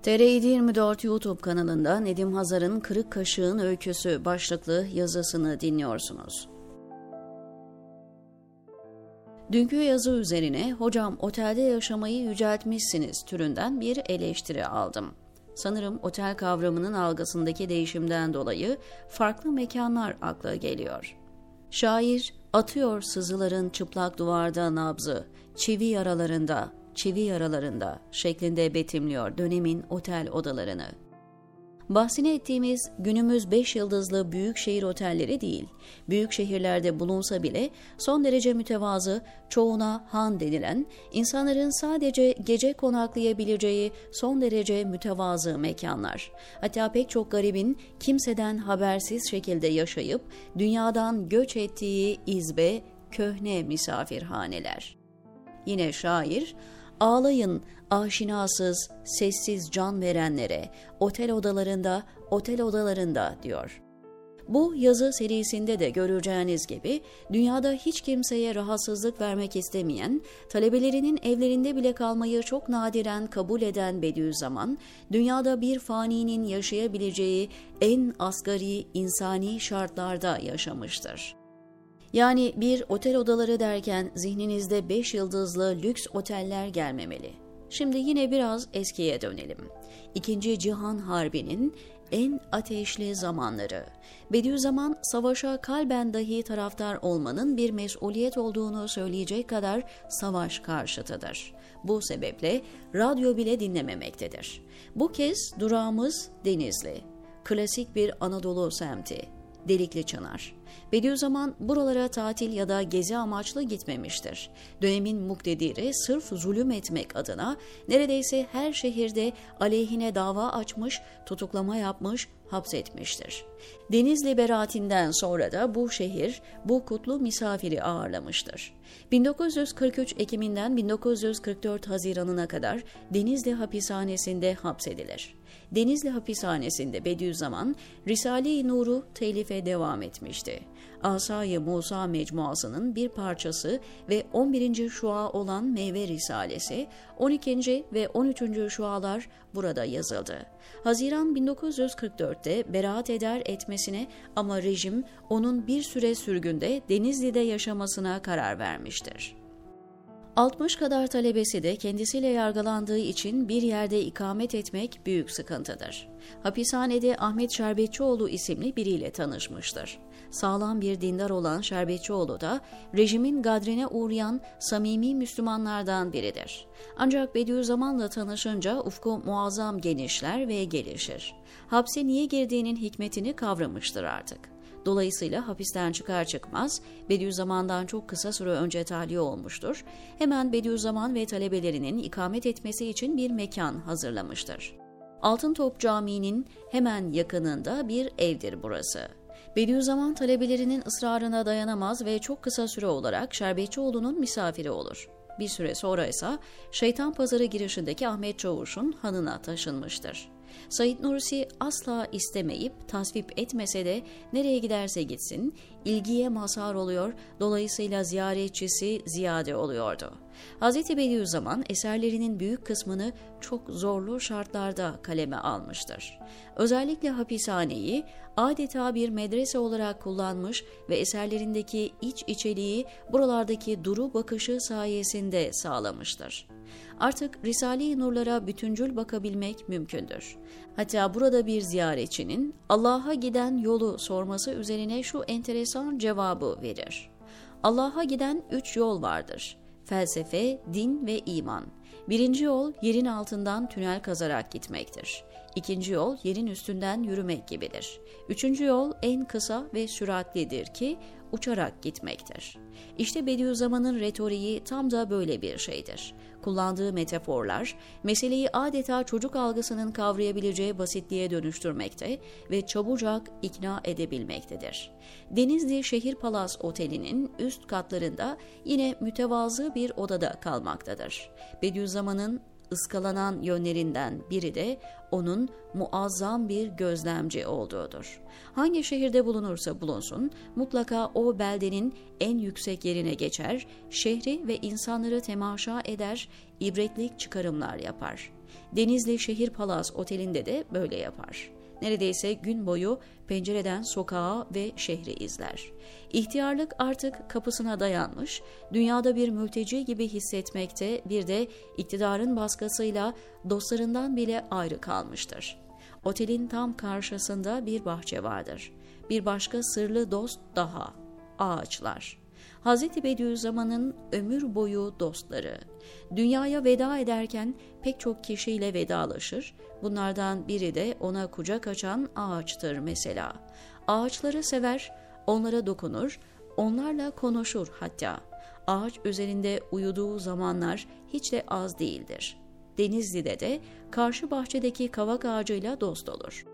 TR724 YouTube kanalında Nedim Hazar'ın Kırık Kaşığın Öyküsü başlıklı yazısını dinliyorsunuz. Dünkü yazı üzerine "Hocam otelde yaşamayı yüceltmişsiniz" türünden bir eleştiri aldım. Sanırım otel kavramının algısındaki değişimden dolayı farklı mekanlar akla geliyor. Şair, atıyor sızıların çıplak duvarda nabzı, çivi yaralarında şeklinde betimliyor dönemin otel odalarını. Bahsini ettiğimiz günümüz 5 yıldızlı büyük şehir otelleri değil, büyük şehirlerde bulunsa bile son derece mütevazı, çoğuna han denilen, insanların sadece gece konaklayabileceği son derece mütevazı mekanlar. Hatta pek çok garibin kimseden habersiz şekilde yaşayıp dünyadan göç ettiği izbe, köhne misafirhaneler. Yine şair, "Ağlayın aşinasız, sessiz can verenlere, otel odalarında" diyor. Bu yazı serisinde de göreceğiniz gibi dünyada hiç kimseye rahatsızlık vermek istemeyen, talebelerinin evlerinde bile kalmayı çok nadiren kabul eden Bediüzzaman, dünyada bir faninin yaşayabileceği en asgari insani şartlarda yaşamıştır. Yani bir otel odaları derken zihninizde 5 yıldızlı lüks oteller gelmemeli. Şimdi yine biraz eskiye dönelim. İkinci Cihan Harbi'nin en ateşli zamanları. Bediüzzaman savaşa kalben dahi taraftar olmanın bir mesuliyet olduğunu söyleyecek kadar savaş karşıtıdır. Bu sebeple radyo bile dinlememektedir. Bu kez durağımız Denizli. Klasik bir Anadolu semti. Delikliçınar. Bediüzzaman buralara tatil ya da gezi amaçlı gitmemiştir. Dönemin muktediri sırf zulüm etmek adına neredeyse her şehirde aleyhine dava açmış, tutuklama yapmış, hapsetmiştir. Denizli beraatinden sonra da bu şehir bu kutlu misafiri ağırlamıştır. 1943 Ekim'inden 1944 Haziran'ına kadar Denizli hapishanesinde hapsedilir. Denizli hapishanesinde Bediüzzaman Risale-i Nur'u telife devam etmişti. Asay-ı Musa mecmuasının bir parçası ve 11. şua olan Meyve Risalesi, 12. ve 13. şualar burada yazıldı. Haziran 1944'te beraat eder etmesine ama rejim onun bir süre sürgünde Denizli'de yaşamasına karar vermiştir. 60 kadar talebesi de kendisiyle yargılandığı için bir yerde ikamet etmek büyük sıkıntıdır. Hapishanede Ahmet Şerbetçioğlu isimli biriyle tanışmıştır. Sağlam bir dindar olan Şerbetçioğlu da rejimin gadrine uğrayan samimi Müslümanlardan biridir. Ancak Bediüzzaman'la tanışınca ufku muazzam genişler ve gelişir. Hapse niye girdiğinin hikmetini kavramıştır artık. Dolayısıyla hapisten çıkar çıkmaz Bediüzzaman'dan çok kısa süre önce tahliye olmuştur. Hemen Bediüzzaman ve talebelerinin ikamet etmesi için bir mekan hazırlamıştır. Altıntop Camii'nin hemen yakınında bir evdir burası. Bediüzzaman talebelerinin ısrarına dayanamaz ve çok kısa süre olarak Şerbetçioğlu'nun misafiri olur. Bir süre sonra ise Şeytanpazarı girişindeki Ahmet Çavuş'un hanına taşınmıştır. Said Nursi asla istemeyip tasvip etmese de nereye giderse gitsin ilgiye mazhar oluyor, dolayısıyla ziyaretçisi ziyade oluyordu. Hz. Bediüzzaman eserlerinin büyük kısmını çok zorlu şartlarda kaleme almıştır. Özellikle hapishaneyi adeta bir medrese olarak kullanmış ve eserlerindeki iç içeliği buralardaki duru bakışı sayesinde sağlamıştır. Artık Risale-i Nur'lara bütüncül bakabilmek mümkündür. Hatta burada bir ziyaretçinin Allah'a giden yolu sorması üzerine şu enteresan cevabı verir. Allah'a giden 3 yol vardır: felsefe, din ve iman. Birinci yol yerin altından tünel kazarak gitmektir. İkinci yol yerin üstünden yürümek gibidir. Üçüncü yol en kısa ve süratlidir ki uçarak gitmektir. İşte Bediüzzaman'ın retoriği tam da böyle bir şeydir. Kullandığı metaforlar, meseleyi adeta çocuk algısının kavrayabileceği basitliğe dönüştürmekte ve çabucak ikna edebilmektedir. Denizli Şehir Palas Oteli'nin üst katlarında yine mütevazı bir odada kalmaktadır. Bediüzzaman'ın ıskalanan yönlerinden biri de onun muazzam bir gözlemci olduğudur. Hangi şehirde bulunursa bulunsun mutlaka o beldenin en yüksek yerine geçer, şehri ve insanları temaşa eder, ibretlik çıkarımlar yapar. Denizli Şehir Palas Oteli'nde de böyle yapar. Neredeyse gün boyu pencereden sokağı ve şehri izler. İhtiyarlık artık kapısına dayanmış, dünyada bir mülteci gibi hissetmekte, bir de iktidarın baskısıyla dostlarından bile ayrı kalmıştır. Otelin tam karşısında bir bahçe vardır. Bir başka sırlı dost daha, ağaçlar. Hz. Bediüzzaman'ın ömür boyu dostları. Dünyaya veda ederken pek çok kişiyle vedalaşır. Bunlardan biri de ona kucak açan ağaçtır mesela. Ağaçları sever, onlara dokunur, onlarla konuşur hatta. Ağaç üzerinde uyuduğu zamanlar hiç de az değildir. Denizli'de de karşı bahçedeki kavak ağacıyla dost olur.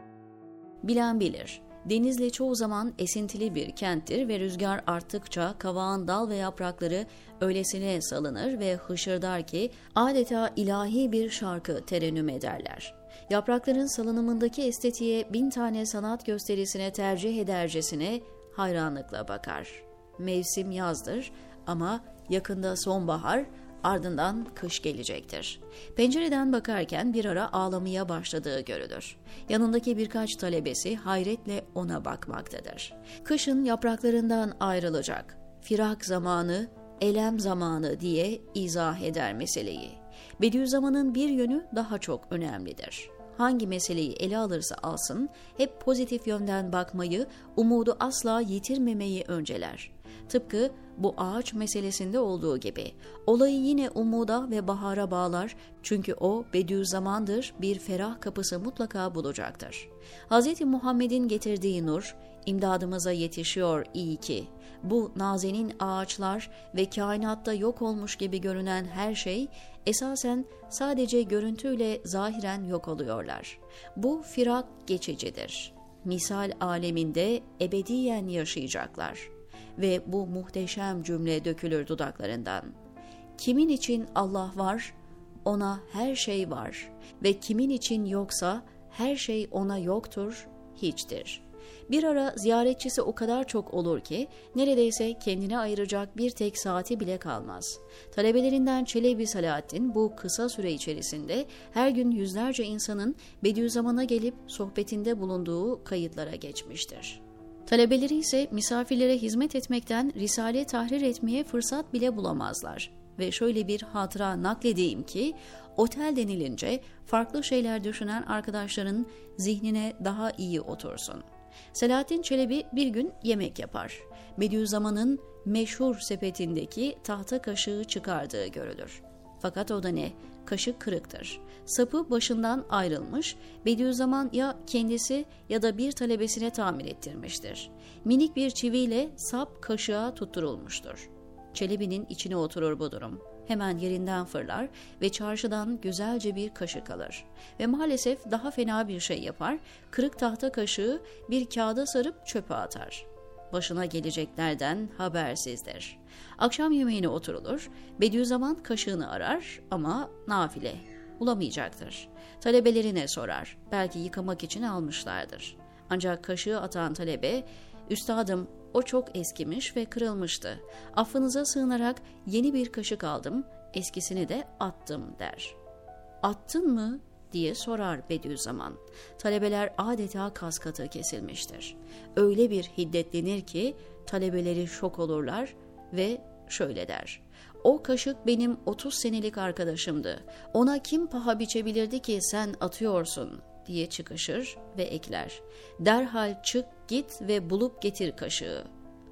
Bilen bilir. Denizli çoğu zaman esintili bir kenttir ve rüzgar arttıkça kavağın dal ve yaprakları öylesine salınır ve hışırdar ki adeta ilahi bir şarkı terennüm ederler. Yaprakların salınımındaki estetiğe 1000 tane sanat gösterisine tercih edercesine hayranlıkla bakar. Mevsim yazdır ama yakında sonbahar, ardından kış gelecektir. Pencereden bakarken bir ara ağlamaya başladığı görülür. Yanındaki birkaç talebesi hayretle ona bakmaktadır. Kışın yapraklarından ayrılacak. Firak zamanı, elem zamanı diye izah eder meseleyi. Bediüzzaman'ın bir yönü daha çok önemlidir. Hangi meseleyi ele alırsa alsın, hep pozitif yönden bakmayı, umudu asla yitirmemeyi önceler. Tıpkı bu ağaç meselesinde olduğu gibi olayı yine umuda ve bahara bağlar, çünkü o Bediüzzaman'dır, bir ferah kapısı mutlaka bulacaktır. Hz. Muhammed'in getirdiği nur imdadımıza yetişiyor iyi ki. Bu nazenin ağaçlar ve kainatta yok olmuş gibi görünen her şey esasen sadece görüntüyle zahiren yok oluyorlar. Bu firak geçicidir. Misal aleminde ebediyen yaşayacaklar. Ve bu muhteşem cümle dökülür dudaklarından. Kimin için Allah var, ona her şey var ve kimin için yoksa her şey ona yoktur, hiçtir. Bir ara ziyaretçisi o kadar çok olur ki neredeyse kendine ayıracak bir tek saati bile kalmaz. Talebelerinden Çelebi Salahattin bu kısa süre içerisinde her gün yüzlerce insanın Bediüzzaman'a gelip sohbetinde bulunduğu kayıtlara geçmiştir. Talebeleri ise misafirlere hizmet etmekten risale tahrir etmeye fırsat bile bulamazlar. Ve şöyle bir hatıra nakledeyim ki, otel denilince farklı şeyler düşünen arkadaşların zihnine daha iyi otursun. Selahattin Çelebi bir gün yemek yapar. Bediüzzaman'ın meşhur sepetindeki tahta kaşığı çıkardığı görülür. Fakat o da ne? Kaşık kırıktır. Sapı başından ayrılmış, Bediüzzaman ya kendisi ya da bir talebesine tamir ettirmiştir. Minik bir çiviyle sap kaşığa tutturulmuştur. Çelebi'nin içine oturur bu durum. Hemen yerinden fırlar ve çarşıdan güzelce bir kaşık alır. Ve maalesef daha fena bir şey yapar, kırık tahta kaşığı bir kağıda sarıp çöpe atar. Başına geleceklerden habersizdir. Akşam yemeğine oturulur, Bediüzzaman kaşığını arar ama nafile, bulamayacaktır. Talebelerine sorar, belki yıkamak için almışlardır. Ancak kaşığı atan talebe, "Üstadım, o çok eskimiş ve kırılmıştı. Affınıza sığınarak yeni bir kaşık aldım, eskisini de attım" der. "Attın mı?" diye sorar Bediüzzaman. Talebeler adeta kaskatı kesilmiştir. Öyle bir hiddetlenir ki talebeleri şok olurlar ve şöyle der: "O kaşık benim 30 senelik arkadaşımdı. Ona kim paha biçebilirdi ki sen atıyorsun?" diye çıkışır ve ekler: "Derhal çık git ve bulup getir kaşığı."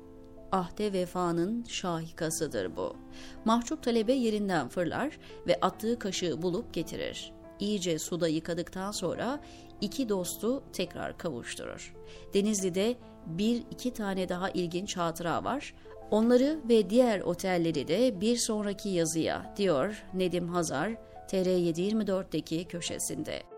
Ahde vefanın şahikasıdır bu. Mahcup talebe yerinden fırlar ve attığı kaşığı bulup getirir. İyice suda yıkadıktan sonra iki dostu tekrar kavuşturur. Denizli'de 1-2 tane daha ilginç hatıra var. Onları ve diğer otelleri de bir sonraki yazıya, diyor Nedim Hazar, TR724'deki köşesinde.